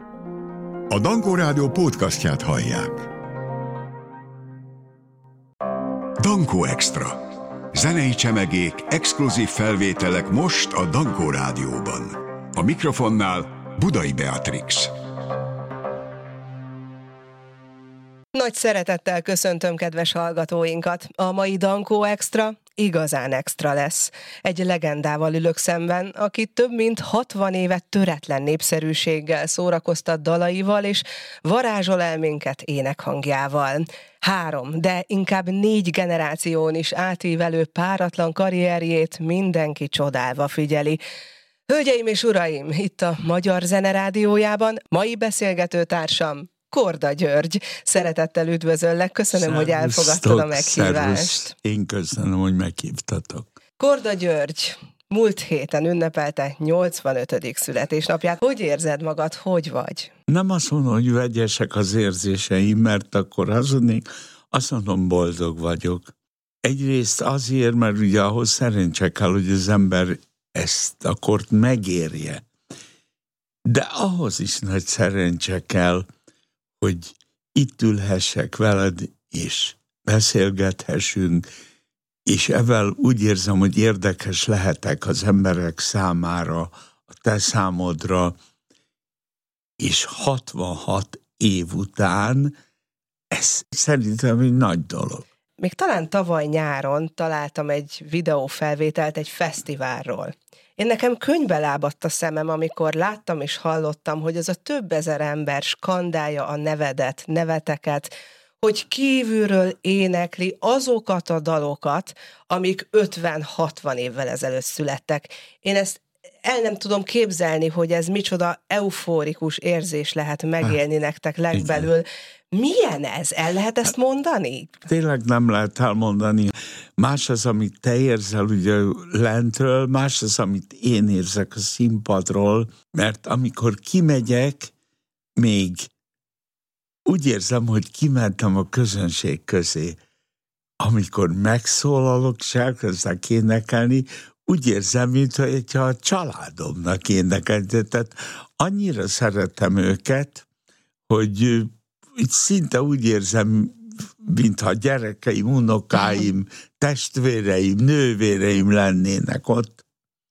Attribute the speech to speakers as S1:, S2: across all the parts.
S1: A Dankó Rádió podcastját hallják. Dankó Extra. Zenei csemegék, exkluzív felvételek most a Dankó Rádióban. A mikrofonnál Budai Beatrix.
S2: Nagy szeretettel köszöntöm kedves hallgatóinkat. A mai Dankó Extra igazán extra lesz. Egy legendával ülök szemben, aki több mint 60 évet töretlen népszerűséggel szórakoztat dalaival, és varázsol el minket énekhangjával. 3, de inkább 4 generáción is átívelő páratlan karrierjét mindenki csodálva figyeli. Hölgyeim és uraim, itt a Magyar Zene Rádiójában mai beszélgetőtársam Korda György. Szeretettel üdvözöllek, köszönöm, hogy elfogadtad a meghívást.
S3: Szervusz. Én köszönöm, hogy meghívtatok.
S2: Korda György múlt héten ünnepelte 85. születésnapját. Hogy érzed magad, hogy vagy?
S3: Nem azt mondom, hogy vegyesek az érzéseim, mert akkor azt mondom, boldog vagyok. Egyrészt azért, mert ugye ahhoz szerencse kell, hogy az ember ezt a kort megérje. De ahhoz is nagy szerencse kell, hogy itt ülhessek veled, és beszélgethessünk, és ezzel úgy érzem, hogy érdekes lehetek az emberek számára, a te számodra, és 66 év után ez szerintem egy nagy dolog.
S2: Még talán tavaly nyáron találtam egy videófelvételt egy fesztiválról. Én nekem könnybe lábadt a szemem, amikor láttam és hallottam, hogy az a több ezer ember skandálja a nevedet, neveteket, hogy kívülről énekli azokat a dalokat, amik 50-60 évvel ezelőtt születtek. Én ezt el nem tudom képzelni, hogy ez micsoda eufórikus érzés lehet megélni nektek legbelül. Igen. Milyen ez? El lehet ezt mondani?
S3: Tényleg nem lehet elmondani. Más az, amit te érzel ugye lentről, más az, amit én érzek a színpadról, mert amikor kimegyek, még úgy érzem, hogy kimentem a közönség közé. Amikor megszólalok, és elkezdek énekelni, úgy érzem, mintha a családomnak énekelni. Tehát annyira szeretem őket, hogy szinte úgy érzem, mintha gyerekeim, unokáim, testvéreim, nővéreim lennének ott.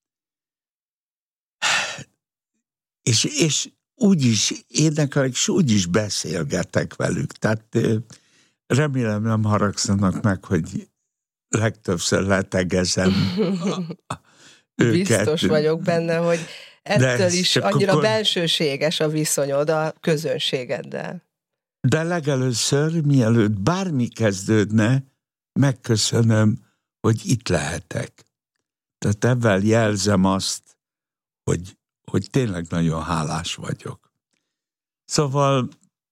S3: És úgy is énekelek, és úgy is beszélgetek velük. Tehát remélem nem haragszanak meg, hogy legtöbbször letegezem őket.
S2: Biztos vagyok benne, hogy ettől is annyira belsőséges a viszonyod a közönségeddel.
S3: De legelőször, mielőtt bármi kezdődne, megköszönöm, hogy itt lehetek. Tehát ebben jelzem azt, hogy tényleg nagyon hálás vagyok. Szóval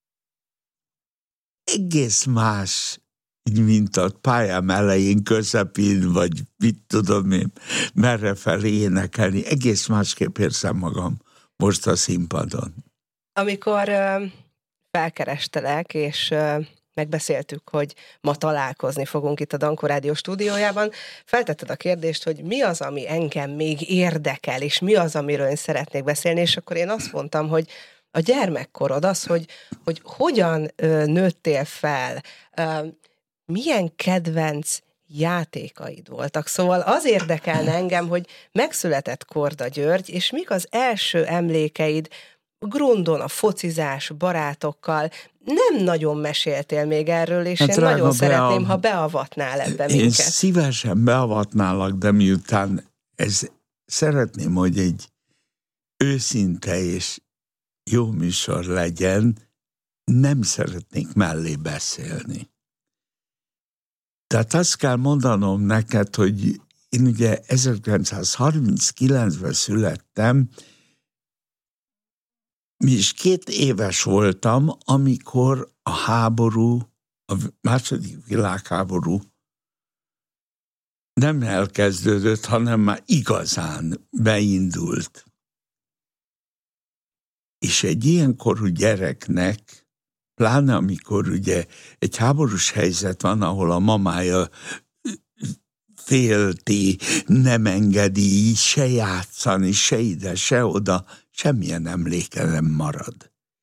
S3: egész más, mint a pályám elején, közepén, vagy mit tudom én, merre felé énekelni. Egész másképp érzem magam most a színpadon.
S2: Amikor felkerestelek, és megbeszéltük, hogy ma találkozni fogunk itt a Dankó Rádió stúdiójában, feltetted a kérdést, hogy mi az, ami engem még érdekel, és mi az, amiről én szeretnék beszélni, és akkor én azt mondtam, hogy a gyermekkorod az, hogy hogyan nőttél fel, milyen kedvenc játékaid voltak. Szóval az érdekelne engem, hogy megszületett Korda György, és mik az első emlékeid grundon, a focizás, barátokkal. Nem nagyon meséltél még erről, és én nagyon szeretném, ha beavatnál ebbe minket.
S3: Én szívesen beavatnálak, de miután szeretném, hogy egy őszinte és jó műsor legyen, nem szeretnék mellé beszélni. Tehát azt kell mondanom neked, hogy én ugye 1939-ben születtem, és 2 éves voltam, amikor a háború, a második világháború nem elkezdődött, hanem már igazán beindult. És egy ilyen korú gyereknek, pláne amikor ugye egy háborús helyzet van, ahol a mamája félti, nem engedi se játszani, se ide, se oda, semmilyen emléke nem marad.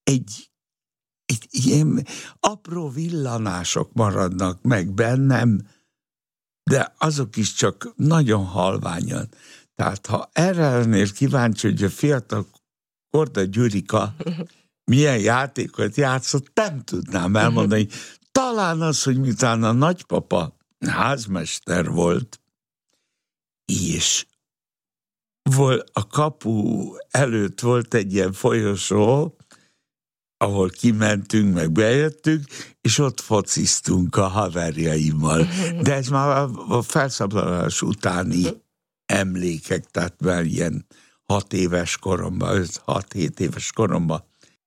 S3: egy ilyen apró villanások maradnak meg bennem, de azok is csak nagyon halványan. Tehát ha erre lennél kíváncsi, hogy a fiatal Korda Gyurika milyen játékot játszott, nem tudnám elmondani. Talán az, hogy miután a nagypapa házmester volt, és a kapu előtt volt egy ilyen folyosó, ahol kimentünk, meg bejöttünk, és ott fociztunk a haverjaimmal. De ez már a felszabadulás utáni emlékek, tehát már ilyen 6 éves koromban, 5-6-7 éves koromban.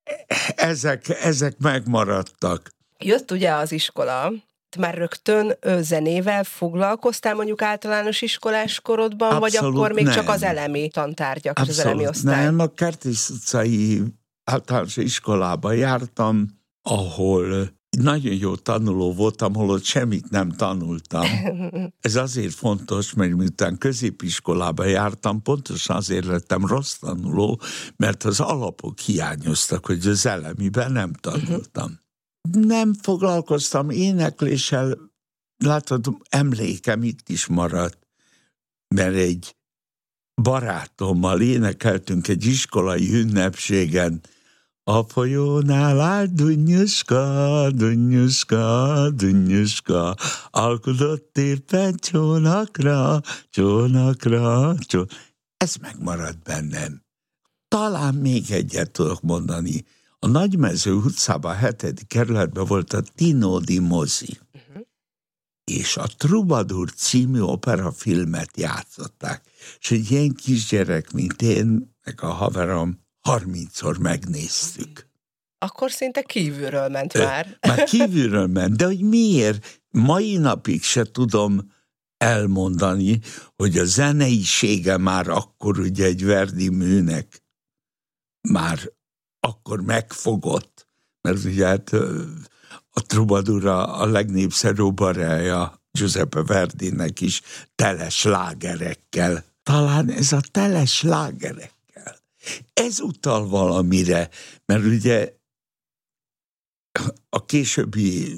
S3: Ezek megmaradtak.
S2: Jött ugye az iskola, már rögtön zenével foglalkoztál mondjuk általános iskolás korodban,
S3: Abszolút
S2: vagy akkor még
S3: nem.
S2: csak az elemi tantárgyak,
S3: Abszolút
S2: az elemi osztály?
S3: nem, a Kertész utcai általános iskolában jártam, ahol nagyon jó tanuló voltam, holott semmit nem tanultam. Ez azért fontos, mert miután középiskolába jártam, pontosan azért lettem rossz tanuló, mert az alapok hiányoztak, hogy az elemiben nem tanultam. Nem foglalkoztam énekléssel, látod, emlékem itt is maradt, mert egy barátommal énekeltünk egy iskolai ünnepségen, a folyónál áll Dunyuska, Dunyuska, Dunyuska, alkudott éppen csónakra, csónakra, csónakra. Ez megmaradt bennem. Talán még egyet tudok mondani. A Nagymező utcában, a 7. kerületben volt a Tinódi mozi. És a Troubadour című operafilmet játszották. És egy ilyen kisgyerek, mint én, meg a haverom, 30-szor megnéztük.
S2: Akkor szinte kívülről ment már.
S3: Már kívülről ment, de hogy miért? Mai napig se tudom elmondani, hogy a zeneisége már akkor ugye egy Verdi műnek már akkor megfogott, mert ugye hát a Troubadour a legnépszerűbb operája Giuseppe Verdinek is tele slágerekkel. Talán ez a tele slágerekkel. Ez utal valamire, mert ugye a későbbi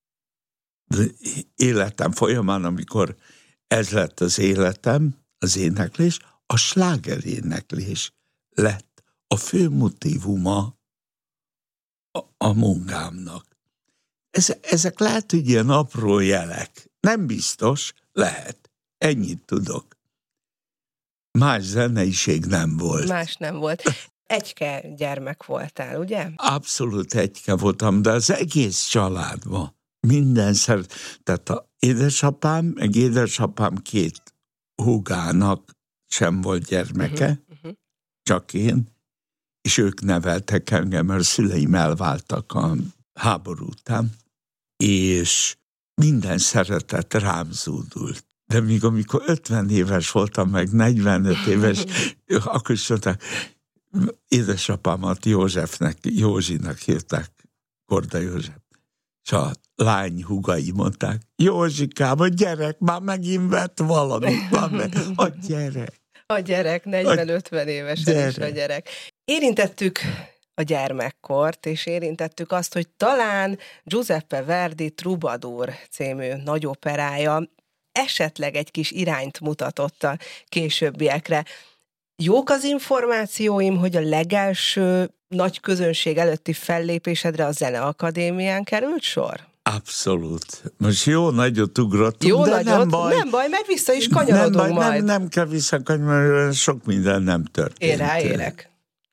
S3: életem folyamán, amikor ez lett az életem, az éneklés, a slágeréneklés lett a fő motívuma a munkámnak. Ezek lehet, hogy ilyen apró jelek. Nem biztos, lehet. Ennyit tudok. Más zeneiség nem volt.
S2: Más nem volt. Egyke gyermek voltál, ugye?
S3: Abszolút egyke voltam, de az egész családban mindenszer, tehát a édesapám, meg édesapám 2 húgának sem volt gyermeke, csak én, és ők neveltek engem, mert a szüleim elváltak a háború után, és minden szeretet rám zúdult. De még amikor 50 éves voltam, meg 45 éves, akkor is mondták, édesapámat Józsinak hívták, Korda József. És a lány húgai mondták, Józsikám, a gyerek már megint vett valamit, a gyerek.
S2: A gyerek, 40-50 évesen is a gyerek. Érintettük a gyermekkort, és érintettük azt, hogy talán Giuseppe Verdi Troubadour című nagyoperája esetleg egy kis irányt mutatott a későbbiekre. Jók az információim, hogy a legelső nagy közönség előtti fellépésedre a Zeneakadémián került sor?
S3: Abszolút. Most jó nagyot ugrottunk,
S2: jó
S3: de
S2: nagyot,
S3: nem baj,
S2: mert vissza is kanyarodunk majd.
S3: Nem kell visszakanyarodni, sok minden nem történt.
S2: Én ráérek.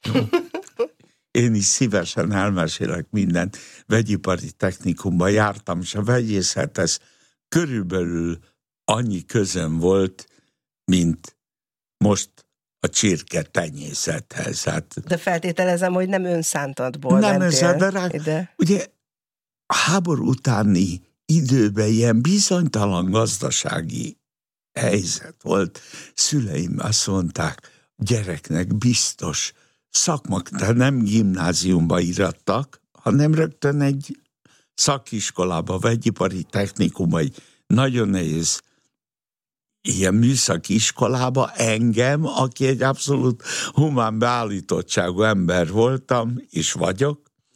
S3: Én is szívesen elmesélek mindent. Vegyipari technikumban jártam, és a vegyészethez körülbelül annyi közöm volt, mint most a csirketenyészethez. Hát,
S2: de feltételezem, hogy nem önszántadból
S3: nem
S2: mentél ide.
S3: Ugye a háború utáni időben ilyen bizonytalan gazdasági helyzet volt. Szüleim azt mondták, gyereknek biztos szakmak, de nem gimnáziumba irattak, hanem rögtön egy szakiskolába, vegyipari technikumba, egy nagyon nehéz ilyen műszaki iskolába engem, aki egy abszolút humán beállítottságú ember voltam, és vagyok,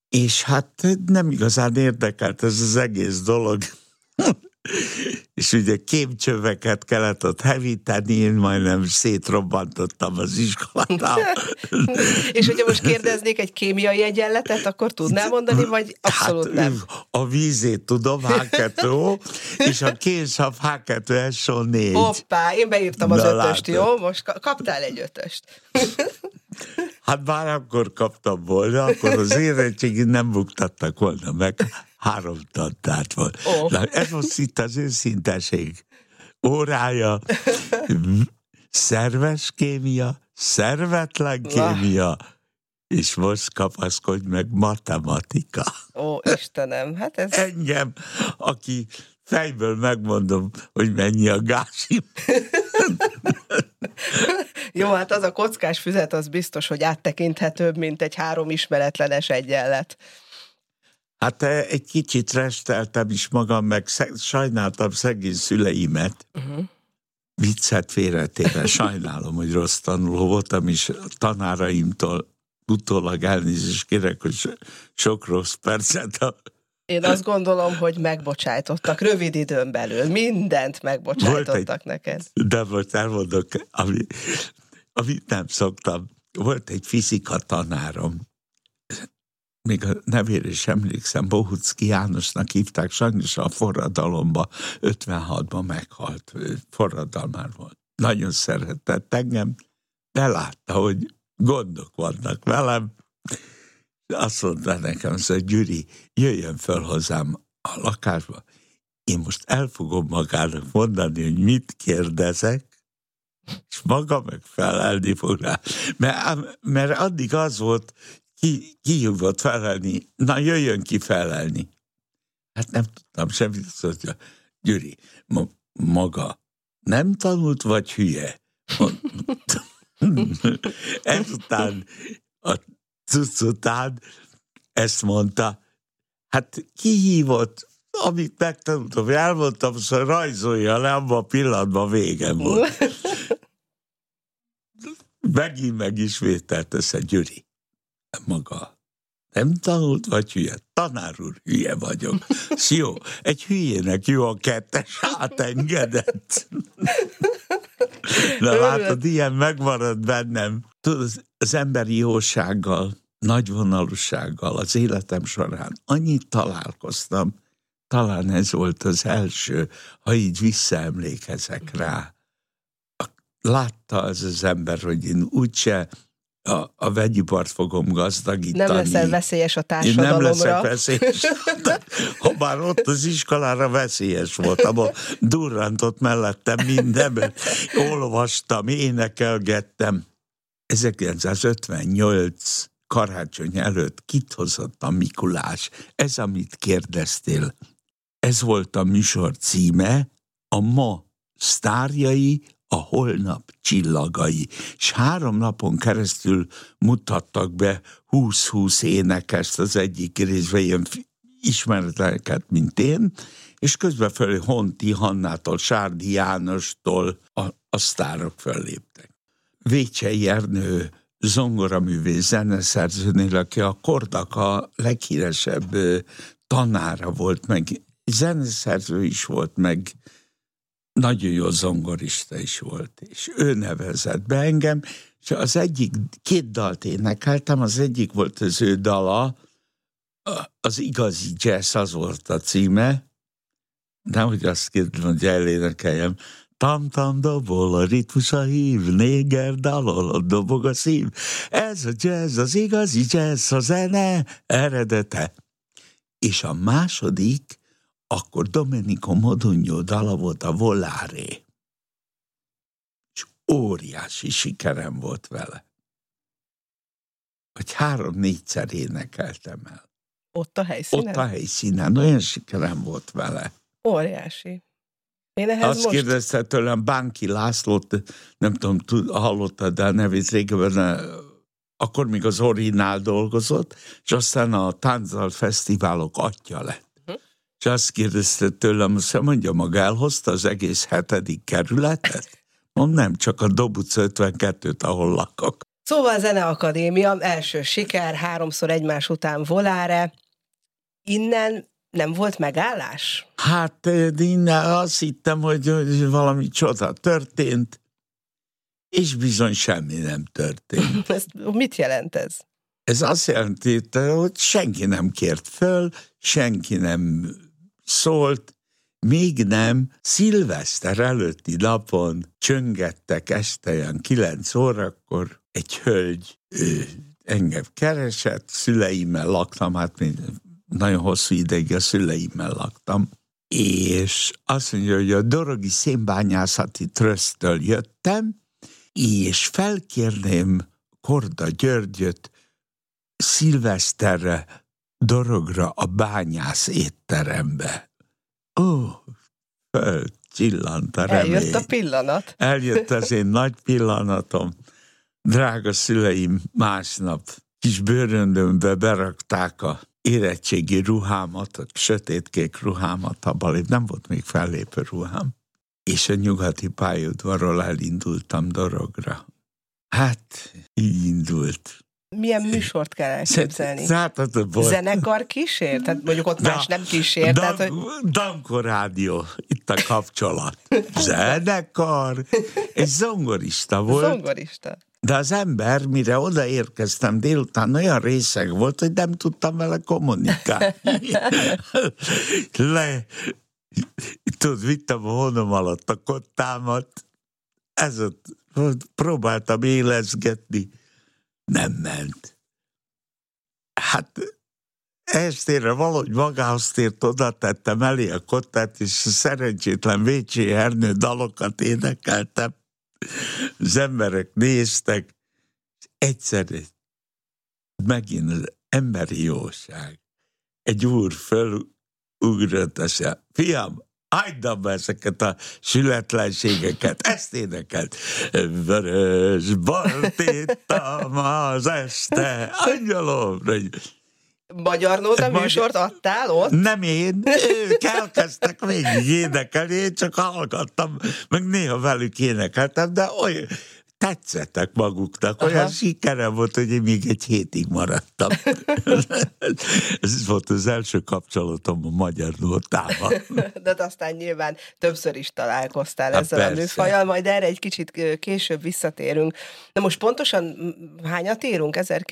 S3: És hát nem igazán érdekelt ez az egész dolog. És ugye kémcsöveket kellett ott hevíteni, én majdnem szétrobbantottam az iskolát.
S2: És hogyha most kérdeznék egy kémiai egyenletet, akkor tudnál mondani, vagy abszolút nem?
S3: A vízét tudom, H2O, és a kénsav H2SO4.
S2: Hoppá, én beírtam az 5-öst, jó? Most kaptál egy 5-öst.
S3: Hát már akkor kaptam volna, akkor az érettségén nem buktattak volna meg. 3 tantát volt. Na, ez most itt az őszinteség órája. Szerves kémia, szervetlen kémia, és most kapaszkodj meg matematika.
S2: Ó, Istenem, hát ez...
S3: Engem, aki fejből megmondom, hogy mennyi a gázsim.
S2: Jó, hát az a kockás füzet, az biztos, hogy áttekinthetőbb, mint egy 3 ismeretlenes egyenlet.
S3: Hát egy kicsit resteltem is magam, meg sajnáltam szegény szüleimet. Viccet félretéve sajnálom, hogy rossz tanuló voltam, és tanáraimtól utólag elnézést kérek, hogy sok rossz percet.
S2: Én azt gondolom, hogy megbocsájtottak rövid időn belül. Mindent megbocsájtottak neked.
S3: De most elmondok, amit nem szoktam. Volt egy fizika tanárom, még a nevére is emlékszem, Bohuczki Jánosnak hívták, sajnos a forradalomba, 56-ban meghalt, forradalmár volt. Nagyon szeretett engem, de látta, hogy gondok vannak velem. Azt mondta nekem, hogy Gyuri, jöjjön föl hozzám a lakásba. Én most el fogom magának mondani, hogy mit kérdezek, és maga meg felelni fog rá. Mert addig az volt, ki hívott felelni, na jöjjön ki felelni. Hát nem tudtam semmit, azt mondja, Gyuri, maga nem tanult, vagy hülye? Ezután, a cucc után ezt mondta, hát ki hívott, amit megtanultam, hogy elmondtam, hogy rajzolja le, abban a pillanatban végem volt. Megint megismételt ezt, Gyuri. Maga nem tanult, vagy hülye? Tanár úr, hülye vagyok. Jó, egy hülyének jó a 2-es átengedett. Na látod, ilyen megmarad bennem. Tudod, az emberi jósággal, nagyvonalúsággal az életem során annyit találkoztam, talán ez volt az első, ha így visszaemlékezek rá. Látta az ember, hogy én úgyse a vegyipart fogom gazdagítani.
S2: Nem leszel veszélyes a társadalomra.
S3: Én nem leszek veszélyes. Ha már ott az iskolára veszélyes voltam, durrantott mellettem mindenben. Olvastam, énekelgettem. 1958 karácsony előtt kit hozott a Mikulás? Ez, amit kérdeztél. Ez volt a műsor címe, a ma sztárjai, a holnap csillagai. És 3 napon keresztül mutattak be 20-20 énekest az egyik részben, ilyen ismeretleneket, mint én, és közben fölé Honti Hannától, Sárdi Jánostól a sztárok fölléptek. Vécsei Ernő zongoraművész zeneszerzőnél, aki a kornak a leghíresebb tanára volt, meg zeneszerző is volt, meg nagyon jó zongorista is volt, és ő nevezett be engem, és az egyik 2 dalt énekeltem, az egyik volt az ő dala, az igazi jazz, az volt a címe, nehogy azt kérdem, hogy elénekeljem, tam-tam dobol, a ritmusa hív, néger dalol, a dobog a szív, ez a jazz, az igazi jazz, a zene eredete. És a második, akkor Domenico Modugno dala volt, a Volare. És óriási sikerem volt vele. Hogy 3-4-szer énekeltem el.
S2: Ott a helyszínen?
S3: Ott a helyszínen, olyan sikerem volt vele.
S2: Óriási. Én ehhez
S3: azt kérdezte tőlem Bánki Lászlót, nem tudom, hallottad, de a nevét régebben, akkor még az Orinál dolgozott, és aztán a Táncdal Fesztiválok atya lett. És azt kérdezte tőlem, azt mondja, maga elhozta az egész 7. kerületet? Mondom, nem, csak a Dob utca 52-t, ahol lakok.
S2: Szóval a Zeneakadémia, első siker, 3-szor egymás után Volare. Innen nem volt megállás?
S3: Hát innen azt hittem, hogy valami csoda történt, és bizony semmi nem történt.
S2: Mit jelent ez?
S3: Ez azt jelenti, hogy senki nem kért föl, senki nem szólt, még nem szilveszter előtti napon csöngettek este olyan 9 órakor, egy hölgy engem keresett, szüleimmel laktam, hát még nagyon hosszú ideig a szüleimmel laktam, és azt mondja, hogy a Dorogi Szénbányászati Tröszttől jöttem, és felkérném Korda Györgyöt szilveszterre Dorogra a bányász étterembe. Fölcsillant a remény.
S2: Eljött a pillanat.
S3: Eljött az én nagy pillanatom. Drága szüleim másnap kis bőröndömbe berakták a érettségi ruhámat, a sötétkék ruhámat, abban nem volt még fellépő ruhám. És a nyugati pályaudvarról elindultam Dorogra. Hát, így indult.
S2: Milyen műsort kell elképzelni?
S3: Volt.
S2: Zenekar kísér? Tehát mondjuk ott más nem kísér.
S3: Danko Rádió, itt a kapcsolat. Zenekar, egy zongorista volt.
S2: Zongorista.
S3: De az ember, mire odaérkeztem délután, olyan részeg volt, hogy nem tudtam vele kommunikálni. Tudod, vittem a hónom alatt a kottámat, próbáltam élezgetni, nem ment. Hát estére valahogy magához tért, oda tettem elé a kottát, és a szerencsétlen Vécsi Ernő dalokat énekeltem. Az emberek néztek, egyszerűen megint az emberi jóság. Egy úr fölugrott, azt mondja, fiam, hagyd abba ezeket a sületlenségeket, ezt énekelt. Vörös bort ittam az este, angyalom.
S2: Magyar nóta műsort adtál ott?
S3: Nem én, ők elkezdtek végig énekelni, én csak hallgattam, meg néha velük énekeltem, de olyan tetszettek maguknak, olyan sikerem volt, hogy én még egy hétig maradtam. Ez volt az első kapcsolatom a magyar nótával.
S2: De aztán nyilván többször is találkoztál ezzel a műfajjal, majd erre egy kicsit később visszatérünk. Na most pontosan hányat írunk?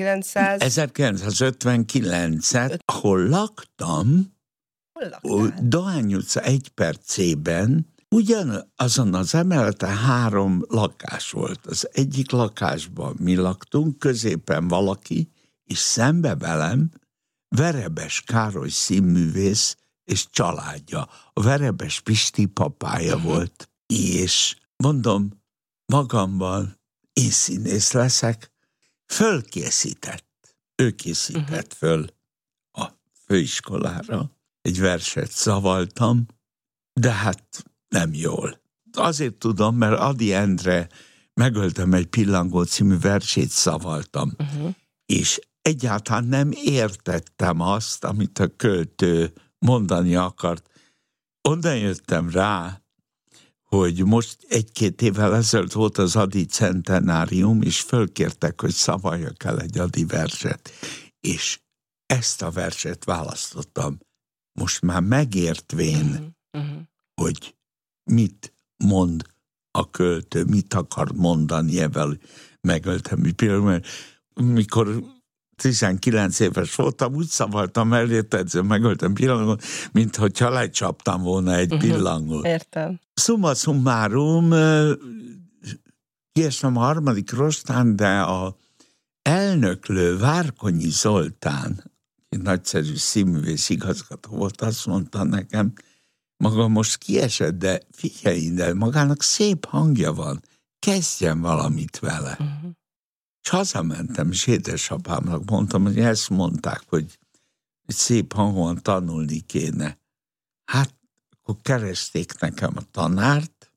S3: 1959-et, ahol laktam, Dohány utca 1 per C-ben, ugyanazon az emeleten 3 lakás volt. Az egyik lakásban mi laktunk, középen valaki, és szembe velem Verebes Károly színművész és családja. A Verebes Pisti papája volt. És mondom magamban, én színész leszek, fölkészített. Ő készített föl a főiskolára. Egy verset szavaltam, de hát nem jól. Azért tudom, mert Ady Endre Megöltem egy pillangó című versét szavaltam. És egyáltalán nem értettem azt, amit a költő mondani akart. Onnan jöttem rá, hogy most 1-2 évvel ezelőtt volt az Ady centenárium, és fölkértek, hogy szavaljak el egy Ady verset. És ezt a verset választottam. Most már megértvén, hogy mit mond a költő, mit akar mondani ebben Megöltem egy pillanat. Mikor 19 éves voltam, úgy szavaltam elé, Megöltem pillangot, mint hogyha lecsaptam volna egy pillangot.
S2: Értem.
S3: Summa summarum, kiestem a 3. rostán, de a elnöklő Várkonyi Zoltán, egy nagyszerű színművész igazgató volt, azt mondta nekem, maga most kiesett, de figyelj, de magának szép hangja van, kezdjen valamit vele. És hazamentem, és édesapámnak mondtam, hogy ezt mondták, hogy szép hangon tanulni kéne. Hát, akkor keresték nekem a tanárt,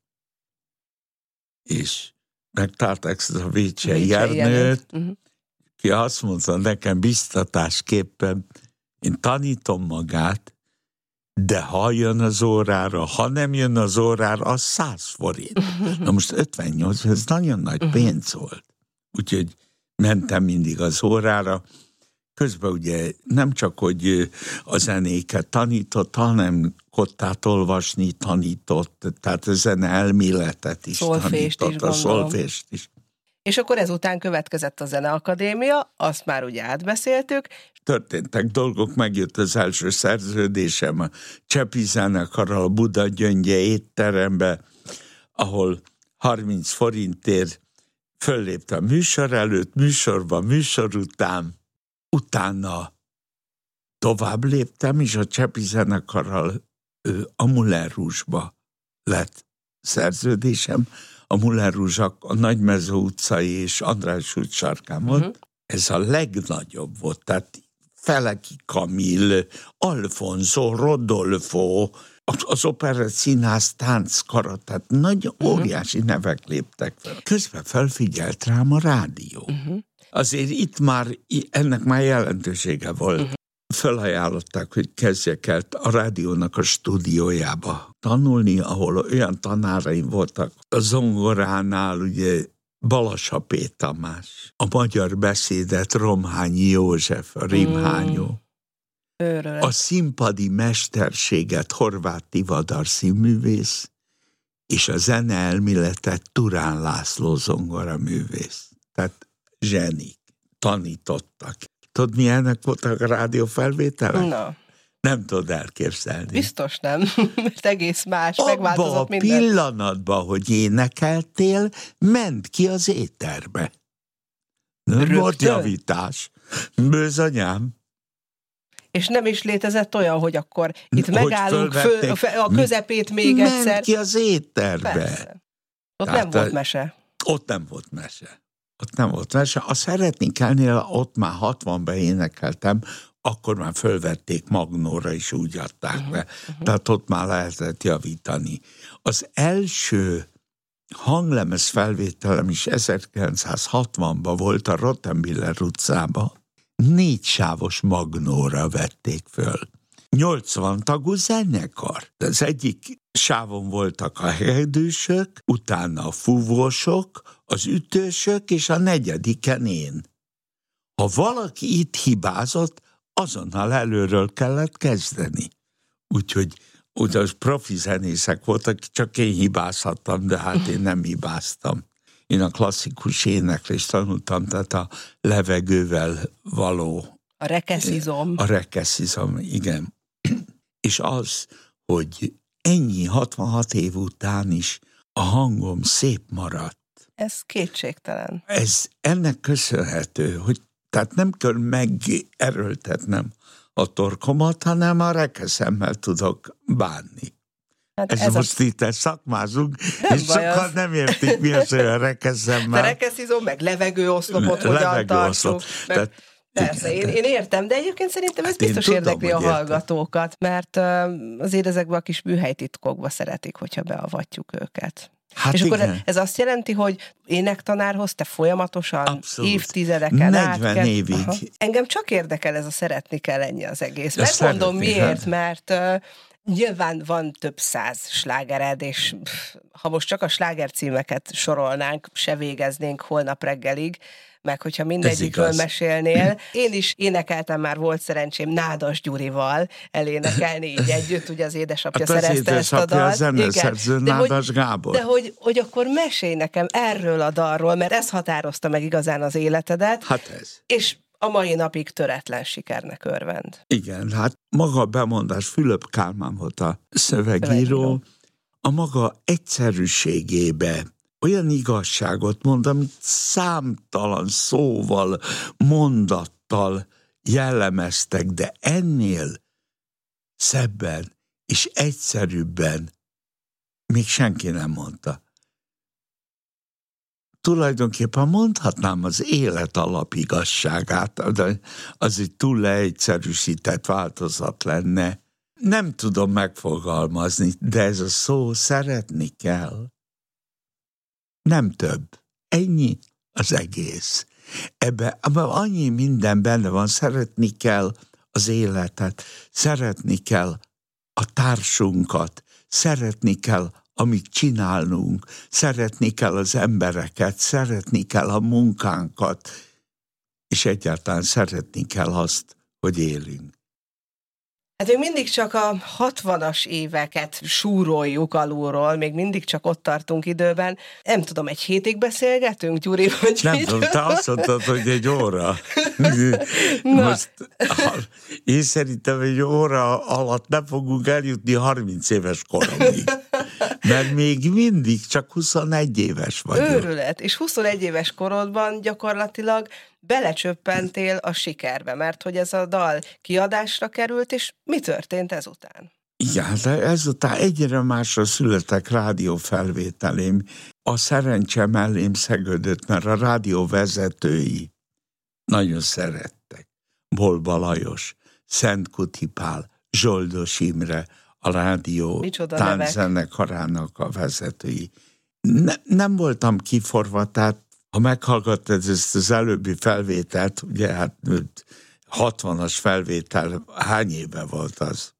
S3: és megtalálták ezt a Vécsei Ernőt, ki azt mondta nekem biztatásképpen, én tanítom magát, de ha jön az órára, ha nem jön az órára, az 100 forint. Na most 58, ez nagyon nagy pénz volt. Úgyhogy mentem mindig az órára. Közben ugye nem csak, hogy a zenéket tanított, hanem kottát olvasni tanított, tehát a zene elméletet is tanított, a szolfést is.
S2: És akkor ezután következett a Zeneakadémia, azt már ugye átbeszéltük.
S3: Történtek dolgok, megjött az első szerződésem a Csepi zenekarral a Buda Gyöngye étterembe, ahol 30 forintért fölléptem műsor előtt, műsorban, műsor után, utána tovább léptem, és a Csepi zenekarral a Moulin Rouge-ba lett szerződésem. A Moulin Rouge a Nagymező utcai és András út sarkán volt. Ez a legnagyobb volt, tehát Feleki Kamil, Alfonso, Rodolfo, az Operett Színház tánckara, tehát nagy óriási nevek léptek fel. Közben felfigyelt rám a rádió. Azért itt már, ennek már jelentősége volt. Felajánlották, hogy kezdjek el a rádiónak a stúdiójába tanulni, ahol olyan tanáraim voltak. A zongoránál ugye Balassa P. Tamás, a magyar beszédet Romhányi József, a rímhányó. A színpadi mesterséget Horváth Tivadar színművész, és a zeneelméletet Turán László zongoraművész. Tehát zsenik, tanítottak. Tudod, milyenek voltak a rádiófelvételek?
S2: Na.
S3: Nem tudod elképzelni.
S2: Biztos nem, mert egész más, megváltozott minden.
S3: Abba a pillanatban, hogy énekeltél, ment ki az éterbe. Nem volt javítás. Bőzanyám.
S2: És nem is létezett olyan, hogy akkor itt hogy megállunk, a közepét még egyszer.
S3: Ment ki az éterbe.
S2: Persze. Ott tehát nem volt mese.
S3: Ott nem volt mese. Ott nem volt mese. A Szeretni kellnél, ott már 60-ban énekeltem, akkor már fölvették Magnóra, és úgy adták be. Tehát ott már lehetett javítani. Az első hanglemez felvételem is 1960-ban volt a Rottenbiller utcában. 4 sávos Magnóra vették föl. 80 tagú zenekar. Az egyik sávon voltak a hegedűsök, utána a fúvósok, az ütősök, és a 4. én. Ha valaki itt hibázott, azonnal előről kellett kezdeni. Úgyhogy az profi zenészek voltak, csak én hibázhattam, de hát én nem hibáztam. Én a klasszikus éneklést tanultam, tehát a levegővel való...
S2: A rekeszizom.
S3: A rekeszizom, igen. És az, hogy ennyi 66 év után is a hangom szép maradt.
S2: Ez kétségtelen.
S3: Ez ennek köszönhető, hogy tehát nem kell megerőltetnem a torkomat, hanem a rekeszemmel tudok bánni. Hát ez most itt szakmázunk, és sokan nem értik, mi az, hogy a rekeszemmel.
S2: De rekeszizom, meg levegőoszlopot hogyan tartsuk. Persze, én értem, de egyébként szerintem ez biztos érdekli a hallgatókat, mert azért ezekben a kis műhelytitkokba szeretik, hogyha beavatjuk őket. Hát és igen. Akkor ez azt jelenti, hogy énektanárhoz te folyamatosan abszolút. Évtizedeken
S3: 40 évig. Aha.
S2: Engem csak érdekel ez a szeretni kell ennyi az egész. Megmondom miért, mert nyilván van több 100 slágered, és ha most csak a slágercímeket sorolnánk, se végeznénk holnap reggelig, meg hogyha mindegyikről mesélnél. Én is énekeltem, már volt szerencsém Nádas Gyurival elénekelni így együtt, ugye az édesapja szerezte ezt a dalt.
S3: A zeneszerző Nádas Gábor.
S2: De hogy akkor mesélj nekem erről a dalról, mert ez határozta meg igazán az életedet.
S3: Hát ez.
S2: És a mai napig töretlen sikernek örvend.
S3: Igen, hát maga a bemondás, Fülöp Kálmán volt a szövegíró, a maga egyszerűségébe olyan igazságot mond, amit számtalan szóval, mondattal jellemeztek, de ennél szebben és egyszerűbben még senki nem mondta. Tulajdonképpen mondhatnám az élet alapigazságát, de az egy túl leegyszerűsített változat lenne. Nem tudom megfogalmazni, de ez a szó szeretni kell. Nem több. Ennyi az egész. Ebben annyi minden benne van, szeretni kell az életet, szeretni kell a társunkat, szeretni kell, amit csinálunk, szeretni kell az embereket, szeretni kell a munkánkat, és egyáltalán szeretni kell azt, hogy élünk.
S2: Hát még mindig csak a 60-as éveket súroljuk alulról, még mindig csak ott tartunk időben. Nem tudom, egy hétig beszélgetünk, Gyuri? Vagy
S3: nem tudom, te azt mondtad, hogy egy óra. Most, én szerintem egy óra alatt nem fogunk eljutni 30 éves koromig. Mert még mindig csak 21 éves vagyok.
S2: Őrület, és 21 éves korodban gyakorlatilag belecsöppentél a sikerbe, mert hogy ez a dal kiadásra került, és mi történt ezután?
S3: Igen, de ezután egyre másra születtek rádiófelvételém. A szerencse mellém szegődött, mert a rádió vezetői nagyon szerettek. Bolba Lajos, Szentkuti Pál, Zsoldos Imre, a rádió tánczenekarának a vezetői. Nem voltam kiforva, tehát ha meghallgattad ezt az előbbi felvételt, ugye hát 60-as felvétel, hány éve volt az?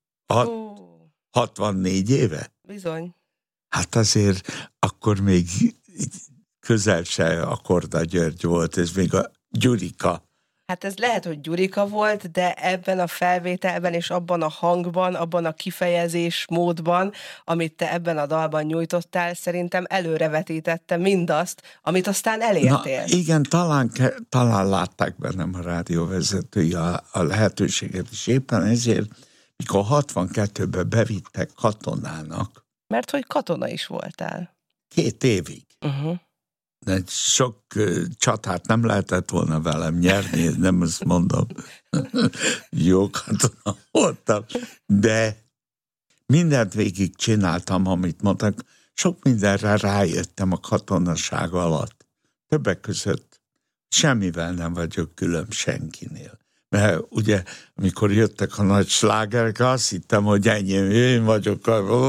S3: 64 éve?
S2: Bizony.
S3: Hát azért akkor még közel se a Korda György volt, ez még a Gyurika.
S2: Hát ez lehet, hogy Gyurika volt, de ebben a felvételben és abban a hangban, abban a kifejezés módban, amit te ebben a dalban nyújtottál, szerintem előrevetítette mindazt, amit aztán elértél.
S3: Na, igen, talán látták bennem a rádióvezetői a lehetőséget, és éppen ezért, mikor 62-ben bevittek katonának.
S2: Mert hogy katona is voltál.
S3: 2 évig. De sok csatát nem lehetett volna velem nyerni, nem azt mondom. Jó katona voltam, de mindent végig csináltam, amit mondtak. Sok mindenre rájöttem a katonaság alatt. Többek között semmivel nem vagyok különb senkinél. Mert ugye, amikor jöttek a nagy slágerek, azt hittem, hogy enyém, én vagyok.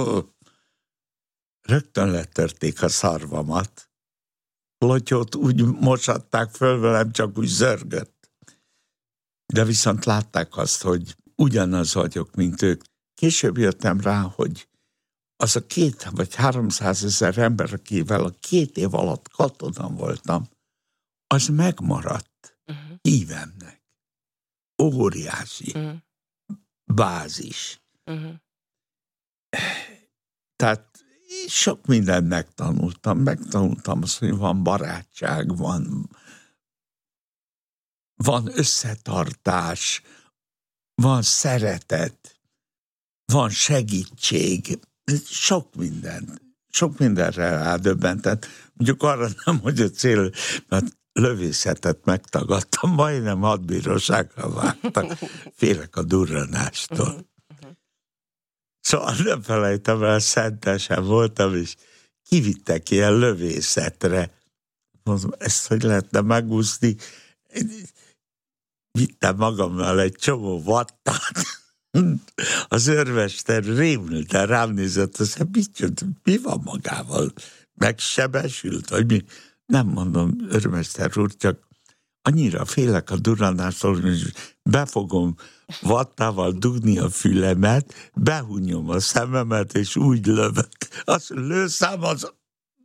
S3: Rögtön letörték a szarvamat. Lotyót úgy mosatták föl velem, csak úgy zörgött. De viszont látták azt, hogy ugyanaz vagyok, mint ők. Később jöttem rá, hogy az a 200 vagy 300 000 ember, akivel a 2 év alatt katona voltam, az megmaradt hívemnek. Óriási bázis. Tehát sok mindent megtanultam azt, hogy van barátság, van összetartás, van szeretet, van segítség, sok mindenre rádöbbentett. Mondjuk arra nem, hogy a cél, mert lövészetet megtagadtam, majdnem hadbíróságra vágtak, félek a durranástól. Szóval nem felejtem el, Szentesen voltam, és kivittek ilyen lövészetre. Mondom, ezt hogy lehetne megúszni? Vittem magammal egy csomó vattát. Az őrmester rémülten rám nézett, azt mondja, mi van magával? Megsebesült, vagy mi? Nem mondom, őrmester úr, csak annyira félek a durranástól, hogy be fogom vattával dugni a fülemet, behúnyom a szememet, és úgy lövök. Azt lőszám, az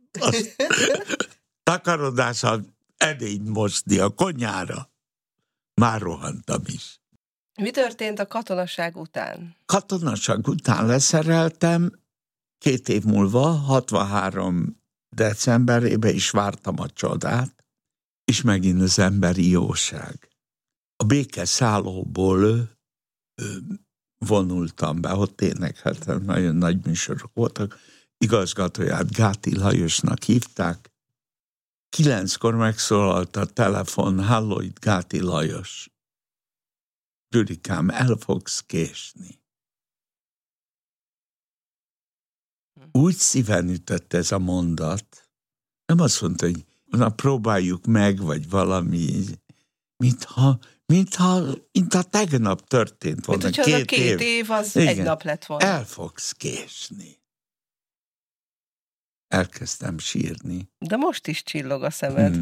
S3: takarodással edényt mosni a konyhára. Már rohantam is.
S2: Mi történt a katonaság után?
S3: Katonaság után leszereltem, 2 év múlva, 63 decemberében is vártam a csodát, és megint az emberi jóság. A békeszállóból vonultam be, ott énekeltem, nagyon nagy műsorok voltak, igazgatóját Gáti Lajosnak hívták. 9-kor megszólalt a telefon, halló, itt Gáti Lajos. Gyurikám, el fogsz késni. Úgy szíven ütött ez a mondat, nem azt mondta, hogy na, próbáljuk meg, vagy valami, mintha tegnap történt volna.
S2: Mint hogyha az a 2 év az igen, egy nap lett volna.
S3: El fogsz késni. Elkezdtem sírni.
S2: De most is csillog a szemed.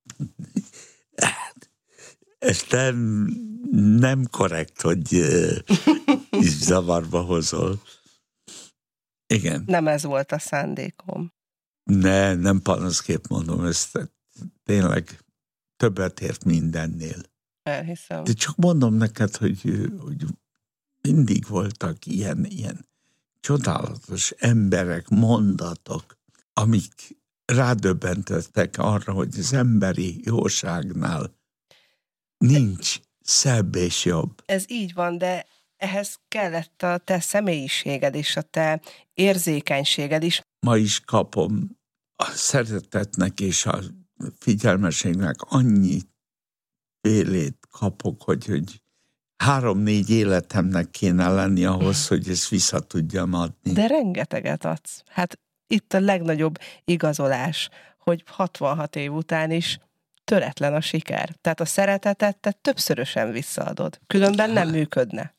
S3: Ez nem korrekt, hogy is zavarba hozol. Igen.
S2: Nem ez volt a szándékom.
S3: Nem panaszképp mondom, ezt tényleg többet ért mindennél.
S2: Elhiszem.
S3: De csak mondom neked, hogy mindig voltak ilyen csodálatos emberek, mondatok, amik rádöbbentettek arra, hogy az emberi jóságnál nincs szebb és jobb.
S2: Ez így van, de ehhez kellett a te személyiséged és a te érzékenységed is.
S3: Ma is kapom a szeretetnek és a figyelmeségnek annyi félét kapok, hogy 3-4 életemnek kéne lenni ahhoz, hogy ezt vissza tudjam adni.
S2: De rengeteget adsz. Hát itt a legnagyobb igazolás, hogy 66 év után is töretlen a siker. Tehát a szeretetet te többszörösen visszaadod. Különben nem működne.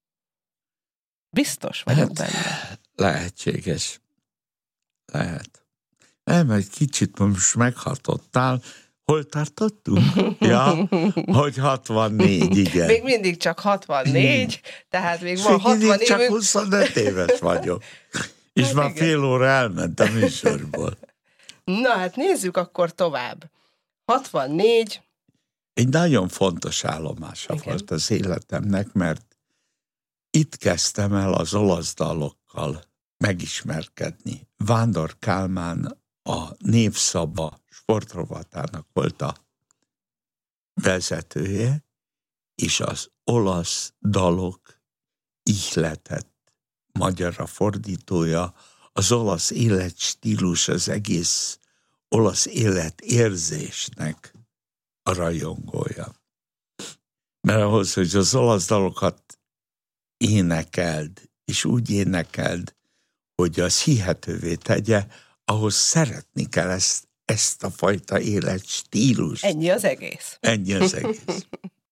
S2: Biztos vagyok benne.
S3: Lehetséges. Lehet. Nem, egy kicsit most meghatottál. Hol tartottunk? Ja, hogy 64, igen.
S2: Még mindig csak 64, tehát még van 60 évünk.
S3: Csak 25 éves vagyok. És hát már igen. Fél óra elment a műsorból.
S2: Na hát nézzük akkor tovább. 64.
S3: Egy nagyon fontos állomása volt az életemnek, mert itt kezdtem el az olasz dalokkal megismerkedni. Vándor Kálmán a Népszava sportrovatának volt a vezetője, és az olasz dalok ihletett magyarra fordítója, az olasz életstílus, az egész olasz életérzésnek a rajongója. Mert ahhoz, hogy az olasz dalokat énekeld, és úgy énekeld, hogy az hihetővé tegye, ahhoz szeretni kell ezt a fajta életstílust.
S2: Ennyi az egész.
S3: Ennyi az egész.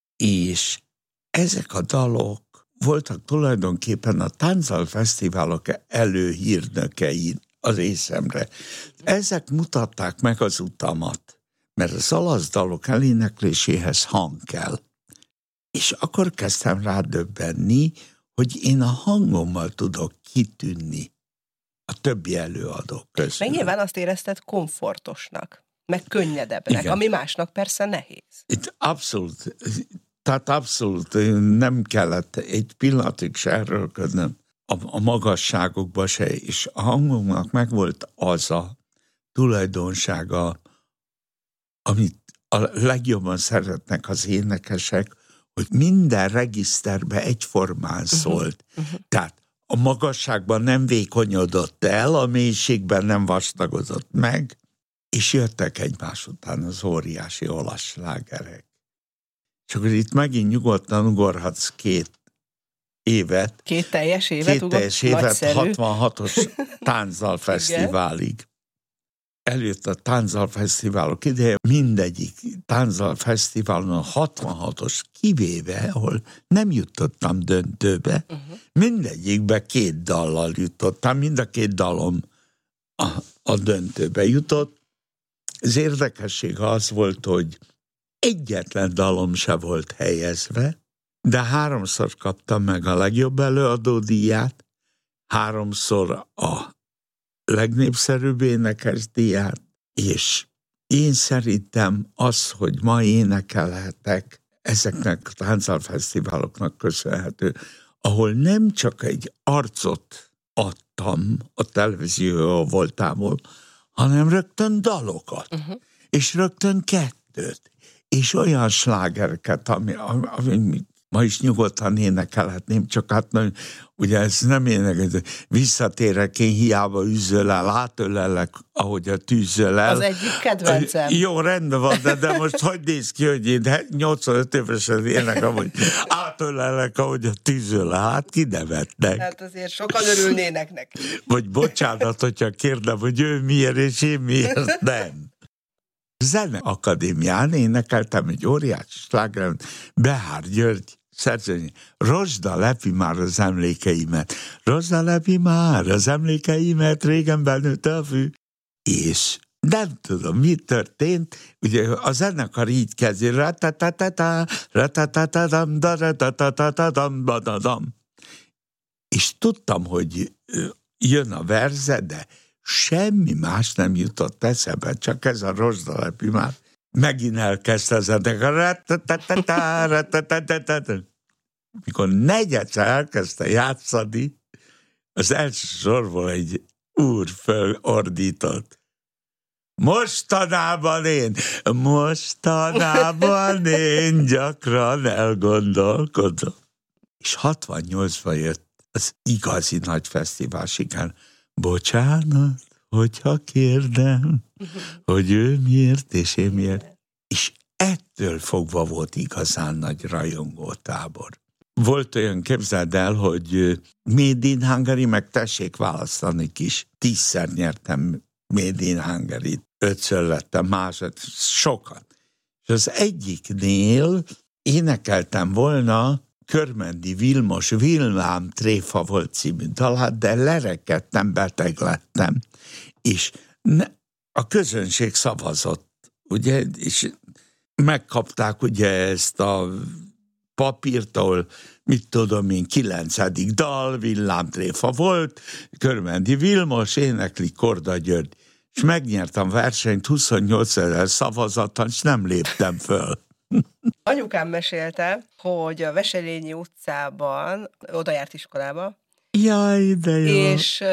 S3: És ezek a dalok voltak tulajdonképpen a táncdalfesztiválok előhírnökei az részemre. Ezek mutatták meg az utamat, mert az olasz dalok elénekléséhez hang kell. És akkor kezdtem rádöbbenni, hogy én a hangommal tudok kitűnni a többi előadók közül.
S2: Meg nyilván azt érezted komfortosnak, meg könnyedebbnek, igen. Ami másnak persze nehéz.
S3: Itt abszolút, tehát abszolút nem kellett egy pillanatig se erőlködnöm a magasságokba se, és a hangomnak megvolt az a tulajdonsága, amit a legjobban szeretnek az énekesek, hogy minden regiszterbe egyformán szólt. Tehát a magasságban nem vékonyodott el, a mélységben nem vastagodott meg, és jöttek egymás után az óriási olasz slágerek. És akkor itt megint nyugodtan ugorhatsz 2 évet.
S2: 2 teljes évet?
S3: 2 teljes évet, 66-os táncdalfesztiválig. Eljött a táncdalfesztiválok ideje, mindegyik táncdalfesztiválon a 66-os kivéve, ahol nem jutottam döntőbe, mindegyikbe 2 dallal jutottam, mind a 2 dalom a döntőbe jutott. Az érdekesség az volt, hogy egyetlen dalom se volt helyezve, de 3-szor kaptam meg a legjobb előadó díját, 3-szor a legnépszerűbb énekes díját, és én szerintem az, hogy ma énekelhetek, ezeknek a táncdalfesztiváloknak köszönhető, ahol nem csak egy arcot adtam a televízió voltából, hanem rögtön dalokat, és rögtön 2, és olyan slágereket, ami ma is nyugodtan énekelhetném, csak hát ugye ez nem énekel, visszatérek én, hiába üzölel, átölellek, ahogy a tűzöl el.
S2: Az egyik kedvencem.
S3: Jó, rendben van, de most hogy néz ki, hogy én 85 évesen énekel, hogy átölellek, ahogy a tűzöl el, hát kinevetnek.
S2: Hát azért sokan örülnének neki.
S3: Vagy bocsánat, hogyha kérdem, hogy ő miért és én miért nem. Zeneakadémián énekeltem egy óriási slágert, Behár György szerzőnyi. Rozsda lepi már az emlékeimet. Rozsda lepi már az emlékeimet, régen benőtt a fű. És nem tudom, mi történt. Ugye a zenekar így kezdi. És tudtam, hogy jön a verze, de semmi más nem jutott eszembe, csak ez a rozsdalepi már. megint elkezdte az mikor negyedszer elkezdte játszani, az első sorból egy úr fölordított. Mostanában én gyakran elgondolkodom. És 68-ban jött az igazi nagy fesztivál sikán. Bocsánat, hogyha kérdem, hogy ő miért és én miért. És ettől fogva volt igazán nagy rajongótábor. Volt olyan, képzeld el, hogy Made in Hungary, meg tessék választani is. 10-szer nyertem Made in Hungary-t, 5-ször lettem másod, sokat. És az egyiknél énekeltem volna Körmendi Vilmos Vilmám tréfa volt című dalát, de lerekedtem, beteg lettem. És a közönség szavazott, ugye, és megkapták ugye ezt a papírt, ahol mit tudom én, 9. dal, villámtréfa volt, Körmendi Vilmos, énekli Korda György. És megnyertem versenyt 28 000 szavazattal, és nem léptem föl.
S2: Anyukám mesélte, hogy a Veselényi utcában, oda járt iskolába.
S3: Jaj, de jó.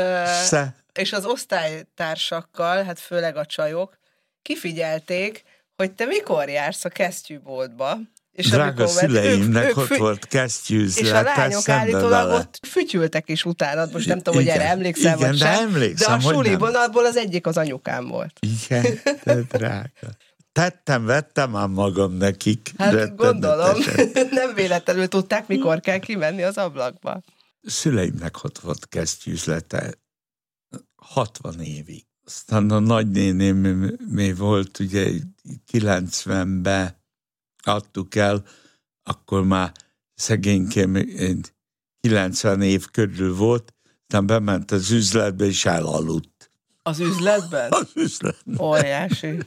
S2: És az osztálytársakkal, hát főleg a csajok, kifigyelték, hogy te mikor jársz a kesztyűboltba. És
S3: drága szüleimnek ott volt kesztyűzlet.
S2: És a lányok állítólag ott fütyültek is utána, most nem tudom, hogy erre emlékszel, vagy sem. De a suliban abból az egyik az anyukám volt.
S3: Igen, de drága. Vettem ám magam nekik.
S2: Hát gondolom, nem véletlenül tudták, mikor kell kimenni az ablakba.
S3: Szüleimnek ott volt kesztyűzlete 60 évig. Aztán a nagynéném volt, ugye 90-ben adtuk el, akkor már szegénykém 90 év körül volt, aztán bement az üzletbe, és elaludt.
S2: Az üzletben?
S3: Az üzletben.
S2: Óriási.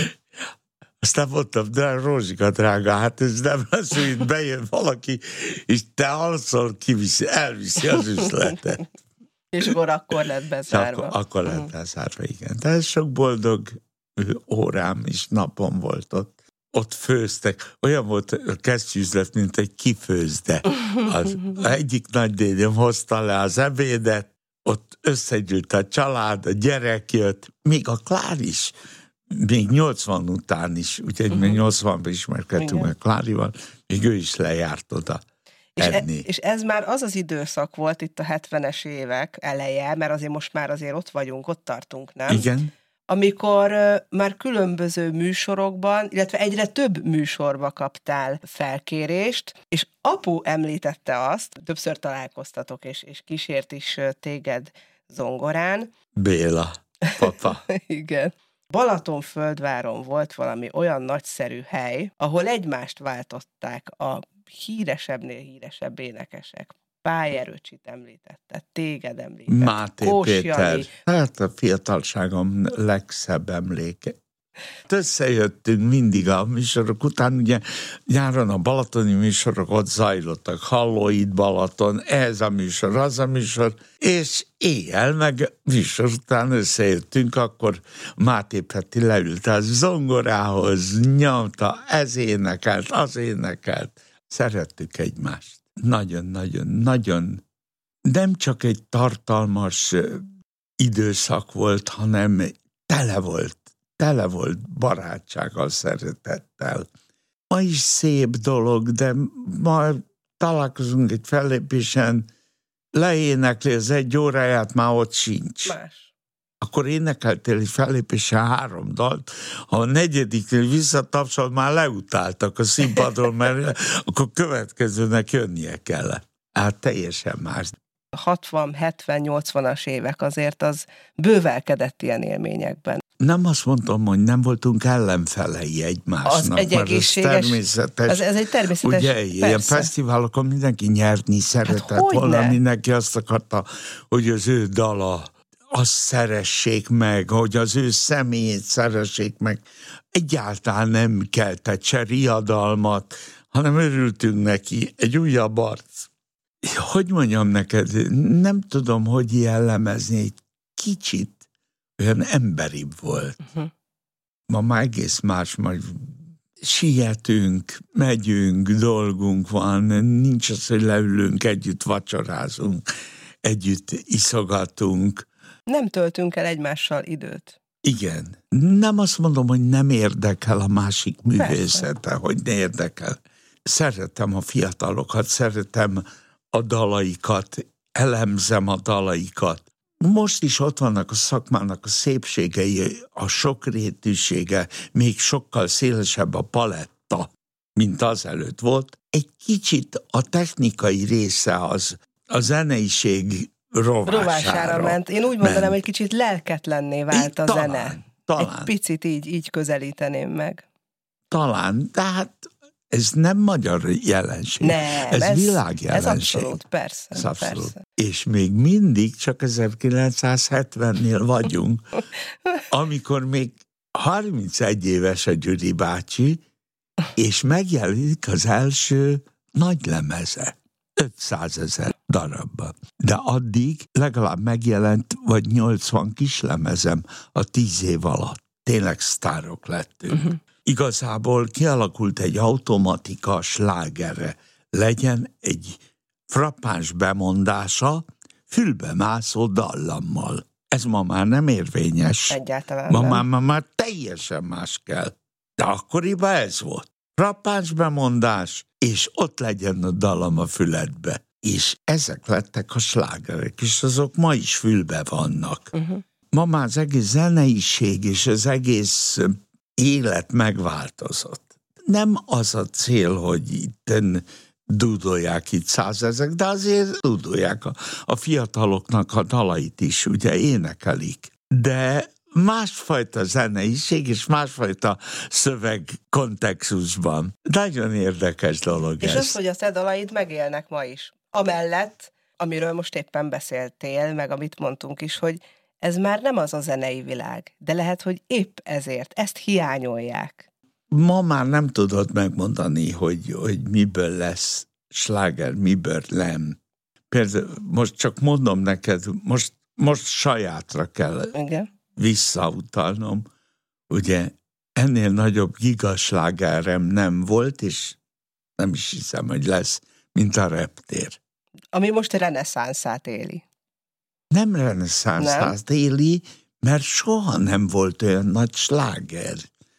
S3: Aztán mondtam, de Rózsika drága, hát ez nem lesz, hogy itt bejön valaki, és te alszol, elviszi az üzletet.
S2: És akkor lett bezárva.
S3: Akkor lett bezárva, igen. De ez sok boldog órám és napom volt ott. Ott főztek. Olyan volt a kesztyűzlet, mint egy kifőzde. Az egyik nagydédem hozta le az ebédet, ott összegyűlt a család, a gyerek jött, még a Klár is, még 80 után is, úgyhogy még 80-ban ismerkedtünk meg Klárival, még ő is lejárt oda enni.
S2: És ez már az az időszak volt itt a 70-es évek eleje, mert azért most már azért ott vagyunk, ott tartunk, nem?
S3: Igen.
S2: Amikor már különböző műsorokban, illetve egyre több műsorba kaptál felkérést, és apu említette azt, többször találkoztatok, és kísért is téged zongorán.
S3: Béla, papa.
S2: Igen. Balatonföldváron volt valami olyan nagyszerű hely, ahol egymást váltották a híresebbnél híresebb énekesek. Pályerőcsit említette, téged említett,
S3: Máté Péter. Hát a fiatalságom legszebb emléke. Összejöttünk mindig a műsorok után, ugye nyáron a balatoni műsorok ott zajlottak, Hallóid Balaton, ez a műsor, az a műsor, és éjjel meg műsor után összejöttünk, akkor Máté Peti leült a zongorához, nyomta, ez énekelt, az énekelt. Szerettük egymást. Nagyon, nem csak egy tartalmas időszak volt, hanem tele volt barátsággal, szeretettel. Ma is szép dolog, de ma találkozunk egy fellépésen, leénekli az 1 óráját, már ott sincs.
S2: Más.
S3: Akkor énekeltél egy fellépésen 3 dalt, ha a 4. visszatapsol, már leutáltak a színpadról, mert akkor következőnek jönnie kellett. Hát teljesen más.
S2: 60, 70, 80-as évek azért az bővelkedett ilyen élményekben.
S3: Nem azt mondtam, hogy nem voltunk ellenfelei egymásnak.
S2: Az egy egészséges,
S3: ez természetes.
S2: Ez egy természetes,
S3: ugye,
S2: persze.
S3: ilyen fesztiválokon mindenki nyerni szeretett volna, mindenki azt akarta, hogy az ő dala azt szeressék meg, hogy az ő személyét szeressék meg. Egyáltalán nem keltett se riadalmat, hanem örültünk neki, egy újabb arc. Hogy mondjam neked, nem tudom, hogy jellemezni, egy kicsit olyan emberibb volt. Ma már egész más, majd sietünk, megyünk, dolgunk van, nincs az, hogy leülünk, együtt vacsorázunk, együtt iszogatunk.
S2: Nem töltünk el egymással időt.
S3: Igen. Nem azt mondom, hogy nem érdekel a másik művészete, hogy ne érdekel. Szeretem a fiatalokat, szeretem a dalaikat, elemzem a dalaikat. Most is ott vannak a szakmának a szépségei, a sokrétűsége, még sokkal szélesebb a paletta, mint azelőtt volt. Egy kicsit a technikai része az a zeneiség rovására
S2: ment. Én úgy mondanám, hogy kicsit lelketlenné vált a zene.
S3: Talán.
S2: Egy picit így közelíteném meg.
S3: Talán, de hát ez nem magyar jelenség.
S2: Nem,
S3: ez világjelenség.
S2: Ez abszolút, persze.
S3: Ez abszolút.
S2: Persze.
S3: És még mindig csak 1970-nél vagyunk, amikor még 31 éves a Gyuri bácsi, és megjelenik az első nagy lemeze. 500 000 darabban. De addig legalább megjelent vagy 80 kislemezem a 10 év alatt. Tényleg sztárok lettünk. Igazából kialakult egy automatika a slágerre. Legyen egy frappáns bemondása, fülbemászó dallammal. Ez ma már nem érvényes.
S2: Egyáltalán
S3: Ma már teljesen más kell. De akkoriban ez volt. Frappáns bemondás, és ott legyen a dallam a füledbe. És ezek lettek a slágerek, és azok ma is fülbe vannak. Ma már az egész zeneiség és az egész élet megváltozott. Nem az a cél, hogy itten dúdolják itt 100 000, de azért dúdolják a fiataloknak a dalait is, ugye énekelik. De másfajta zeneiség és másfajta szöveg kontextusban. Nagyon érdekes dolog
S2: és
S3: ez.
S2: És az, hogy a te dalaid megélnek ma is. Amellett, amiről most éppen beszéltél, meg amit mondtunk is, hogy ez már nem az a zenei világ, de lehet, hogy épp ezért ezt hiányolják.
S3: Ma már nem tudod megmondani, hogy miből lesz sláger, miből nem. Például most csak mondom neked, most sajátra kell visszautalnom. Ugye ennél nagyobb gigaslágerem nem volt, és nem is hiszem, hogy lesz, mint a Reptér.
S2: Ami most reneszánszát éli.
S3: Nem reneszánszát éli, mert soha nem volt olyan nagy sláger.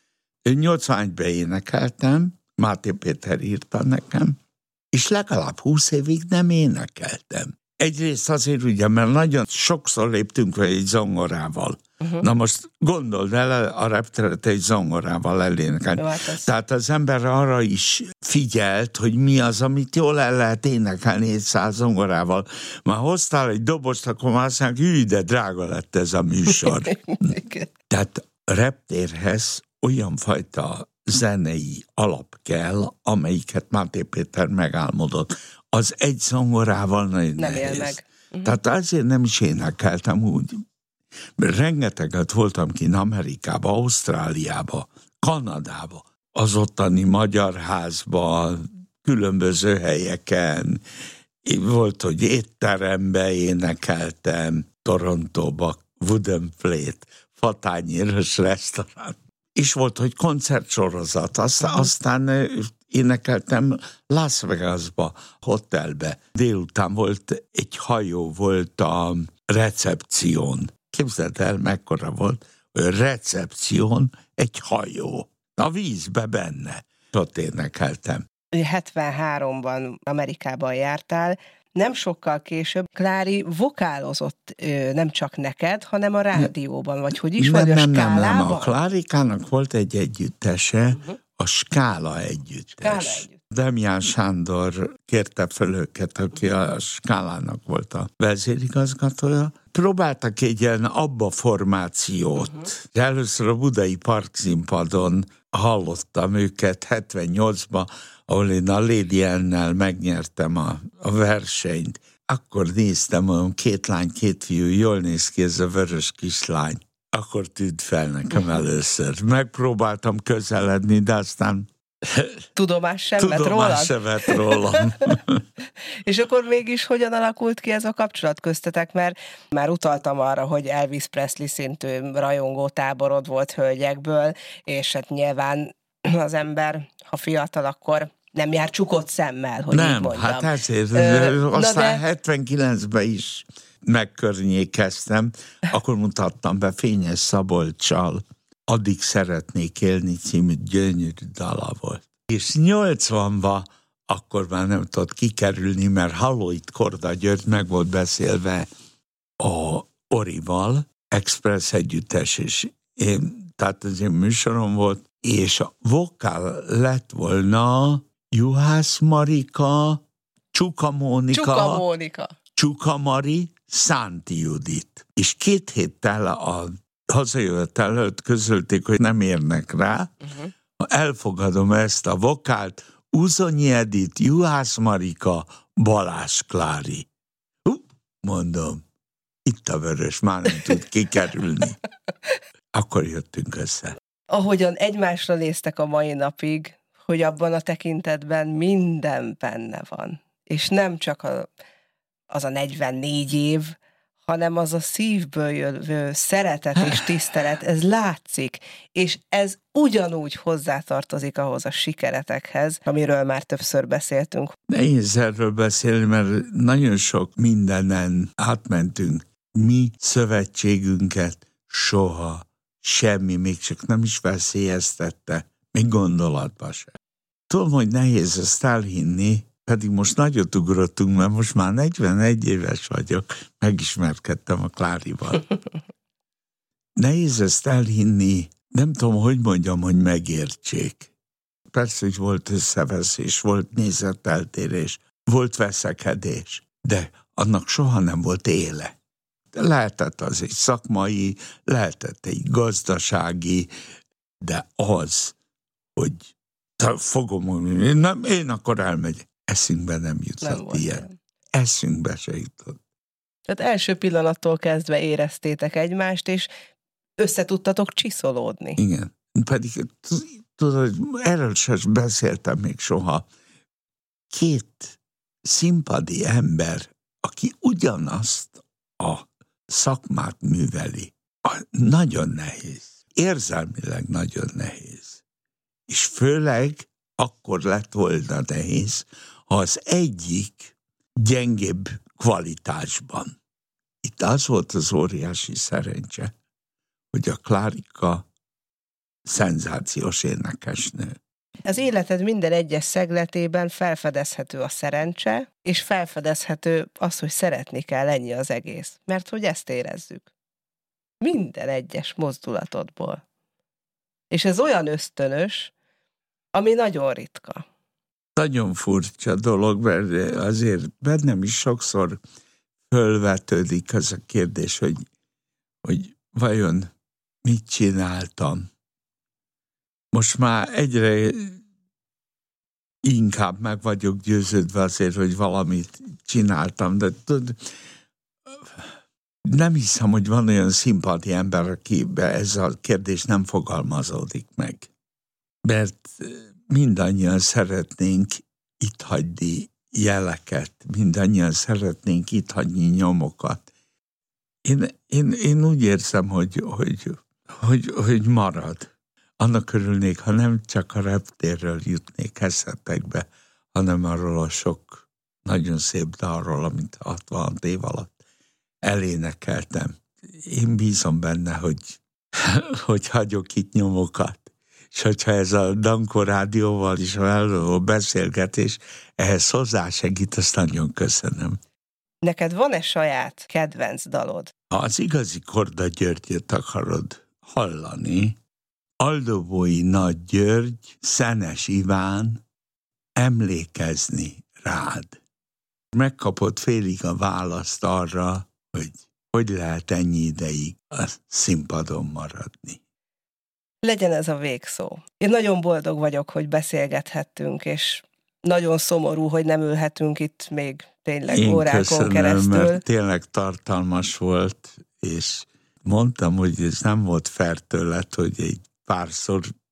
S3: 81-ben énekeltem, Máté Péter írta nekem, és legalább 20 évig nem énekeltem. Egyrészt azért ugye, mert nagyon sokszor léptünk vele egy zongorával. Na most gondold el, a Repteret egy zongorával elénekelni. Tehát az ember arra is figyelt, hogy mi az, amit jól el lehet énekelni egy 100 zongorával. Már hoztál egy dobozt, akkor már azt mondják, de drága lett ez a műsor. Tehát a Reptérhez olyan fajta zenei alap kell, amelyiket Máté Péter megálmodott. Az egy zongorával nagyon
S2: nem
S3: nehéz.
S2: Él meg.
S3: Tehát azért nem is énekeltem úgy. Rengeteget voltam kint Amerikába, Ausztráliába, Kanadába, az ottani magyar házba, különböző helyeken. Volt, hogy étterembe énekeltem, Torontóba, Wooden Plate, fatányéros restaurant. És volt, hogy koncertsorozat, aztán énekeltem Las Vegasba, hotelbe. Délután volt egy hajó, volt a recepción. Képzeld el, mekkora volt, hogy recepción egy hajó. A vízbe benne. Ott énekeltem.
S2: 73-ban Amerikában jártál, nem sokkal később Klári vokálozott nem csak neked, hanem a rádióban, vagy hogy is, vagy a Skálában?
S3: Nem. A Klárikának volt egy együttese, a Skála együttes. Demián Sándor kérte föl őket, aki a Skálának volt a vezérigazgatója. Próbáltak egy ilyen abba formációt. Először a Budai Parkszínpadon hallottam őket 78-ban, ahol én a Lady Anne-nel megnyertem a versenyt. Akkor néztem, olyan 2 lány, 2 fiú, jól néz ki ez a vörös kislány. Akkor tűnt fel nekem először. Megpróbáltam közeledni, de aztán
S2: Tudomás sem vett rólad?
S3: Tudomás sem vett rólam.
S2: És akkor mégis hogyan alakult ki ez a kapcsolat köztetek? Mert már utaltam arra, hogy Elvis Presley szintű rajongó táborod volt hölgyekből, és hát nyilván az ember, ha fiatal, akkor nem jár csukott szemmel, hogy
S3: nem,
S2: így mondjam.
S3: Hát ezért, aztán 79-ben is megkörnyékeztem, akkor mutattam be Fényes Szabolccsal, Addig szeretnék élni című gyönyörű dala volt. És 80-ban akkor már nem tudott kikerülni, mert Halló, itt Korda György meg volt beszélve a Orival, Express együttes, és tehát az én műsorom volt, és a vokál lett volna Juhász Marika, Csuka Mónika, Csuka Mari, Szánti Judit. És 2 héttel a hazajövet előtt közölték, hogy nem érnek rá. Elfogadom ezt a vokált, Uzonyi Edith, Juhász Marika, Balázs Klári. Mondom, itt a vörös, már nem tud kikerülni. Akkor jöttünk össze.
S2: Ahogyan egymásra néztek a mai napig, hogy abban a tekintetben minden benne van. És nem csak az a 44 év, hanem az a szívből jövő szeretet és tisztelet, ez látszik, és ez ugyanúgy hozzátartozik ahhoz a sikeretekhez, amiről már többször beszéltünk.
S3: Nehéz erről beszélni, mert nagyon sok mindenen átmentünk. Mi szövetségünket soha semmi, még csak nem is veszélyeztette, még gondolatba sem. Tudom, hogy nehéz ezt elhinni, pedig most nagyot ugrottunk, mert most már 41 éves vagyok, megismerkedtem a Klárival. Nehéz ezt elhinni, nem tudom, hogy mondjam, hogy megértsék. Persze, hogy volt összeveszés, volt nézeteltérés, volt veszekedés, de annak soha nem volt éle. De lehetett az egy szakmai, lehetett egy gazdasági, de az, hogy fogom mondani, én akkor elmegyek. Eszünkbe nem jutott ilyen. Eszünkbe se jutott.
S2: Tehát első pillanattól kezdve éreztétek egymást, és összetudtatok csiszolódni.
S3: Igen. Pedig tudod, erről sem beszéltem még soha. 2 színpadi ember, aki ugyanazt a szakmát műveli, nagyon nehéz. Érzelmileg nagyon nehéz. És főleg akkor lett volna nehéz, ha az egyik gyengébb kvalitásban. Itt az volt az óriási szerencse, hogy a Klárika szenzációs énekesnő.
S2: Az életed minden egyes szegletében felfedezhető a szerencse, és felfedezhető az, hogy szeretni kell, ennyi az egész. Mert hogy ezt érezzük. Minden egyes mozdulatodból. És ez olyan ösztönös, ami nagyon ritka.
S3: Nagyon furcsa dolog, mert azért bennem is sokszor fölvetődik az a kérdés, hogy vajon mit csináltam. Most már egyre inkább meg vagyok győződve azért, hogy valamit csináltam, de tudod, nem hiszem, hogy van olyan színpadi ember, akiben ez a kérdés nem fogalmazódik meg. Mert mindannyian szeretnénk itt hagyni jeleket, mindannyian szeretnénk itt hagyni nyomokat. Én úgy érzem, hogy marad. Annak örülnék, ha nem csak a reptérről jutnék eszetekbe, hanem arról a sok nagyon szép dalról, amit 60 év alatt elénekeltem. Én bízom benne, hogy hagyok itt nyomokat. És hogyha ez a Dankó Rádióval is való beszélgetés ehhez hozzásegít, azt nagyon köszönöm.
S2: Neked van-e saját kedvenc dalod?
S3: Ha az igazi Korda Györgyöt akarod hallani, Aldobói Nagy György, Szenes Iván, Emlékezni rád. Megkapott félig a választ arra, hogy lehet ennyi ideig a színpadon maradni.
S2: Legyen ez a végszó. Én nagyon boldog vagyok, hogy beszélgethettünk, és nagyon szomorú, hogy nem ülhetünk itt még tényleg órákon keresztül.
S3: Mert tényleg tartalmas volt, és mondtam, hogy ez nem volt fair tőled, hogy egy párszor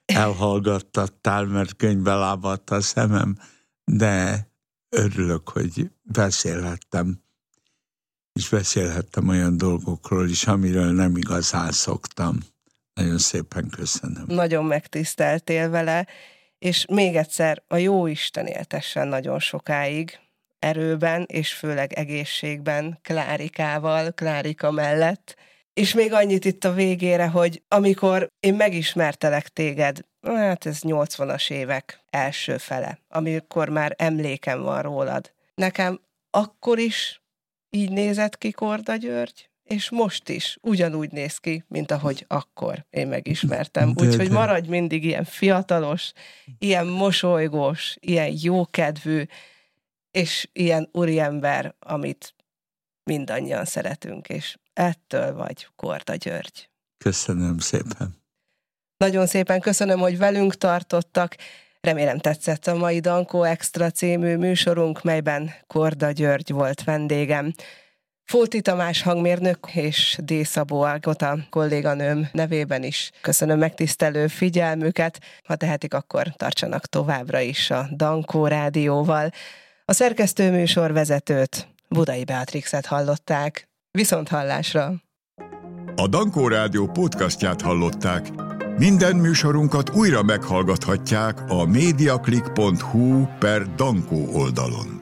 S3: elhallgattattál, mert könyvbe lábadt a szemem, de örülök, hogy beszélhettem. És beszélhettem olyan dolgokról is, amiről nem igazán szoktam. Nagyon szépen köszönöm.
S2: Nagyon megtiszteltél vele, és még egyszer a Jóisten éltessen nagyon sokáig, erőben, és főleg egészségben, Klárika mellett. És még annyit itt a végére, hogy amikor én megismertelek téged, hát ez 80-as évek első fele, amikor már emlékem van rólad. Nekem akkor is így nézett ki Korda György, és most is ugyanúgy néz ki, mint ahogy akkor én megismertem. Úgyhogy maradj mindig ilyen fiatalos, ilyen mosolygós, ilyen jókedvű, és ilyen úriember, amit mindannyian szeretünk, és ettől vagy Korda György.
S3: Köszönöm szépen.
S2: Nagyon szépen köszönöm, hogy velünk tartottak. Remélem tetszett a mai Dankó Extra című műsorunk, melyben Korda György volt vendégem. Fóti Tamás hangmérnök és D. Szabó Ágota kolléganőm nevében is köszönöm megtisztelő figyelmüket. Ha tehetik, akkor tartsanak továbbra is a Dankó Rádióval. A szerkesztő műsorvezetőt, Budai Beatrixet hallották. Viszonthallásra!
S1: A Dankó Rádió podcastját hallották. Minden műsorunkat újra meghallgathatják a mediaclick.hu/Dankó oldalon.